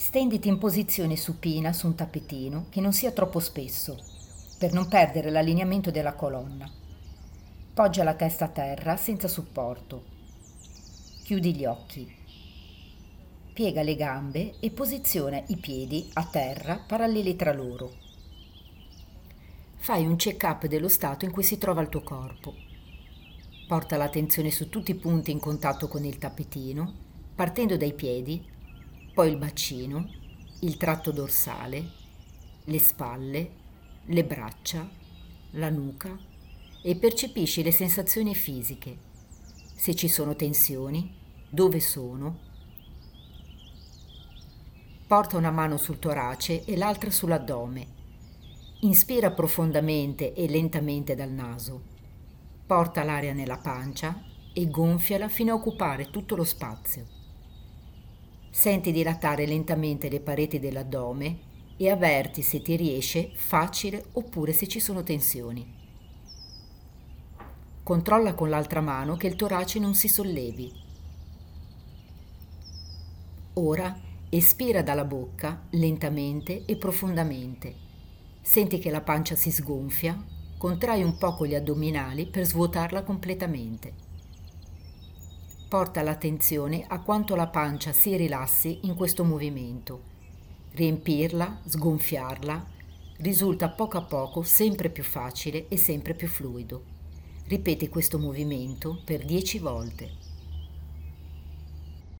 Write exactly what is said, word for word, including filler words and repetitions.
Stenditi in posizione supina su un tappetino che non sia troppo spesso, per non perdere l'allineamento della colonna. Poggia la testa a terra senza supporto. Chiudi gli occhi. Piega le gambe e posiziona i piedi a terra paralleli tra loro. Fai un check-up dello stato in cui si trova il tuo corpo. Porta l'attenzione su tutti i punti in contatto con il tappetino, partendo dai piedi, poi il bacino, il tratto dorsale, le spalle, le braccia, la nuca e percepisci le sensazioni fisiche, se ci sono tensioni, dove sono. Porta una mano sul torace e l'altra sull'addome. Inspira profondamente e lentamente dal naso. Porta l'aria nella pancia e gonfiala fino a occupare tutto lo spazio. Senti dilatare lentamente le pareti dell'addome e avverti se ti riesce facile oppure se ci sono tensioni. Controlla con l'altra mano che il torace non si sollevi. Ora espira dalla bocca lentamente e profondamente. Senti che la pancia si sgonfia, contrai un poco gli addominali per svuotarla completamente. Porta l'attenzione a quanto la pancia si rilassi in questo movimento. Riempirla, sgonfiarla, risulta poco a poco sempre più facile e sempre più fluido. Ripeti questo movimento per dieci volte.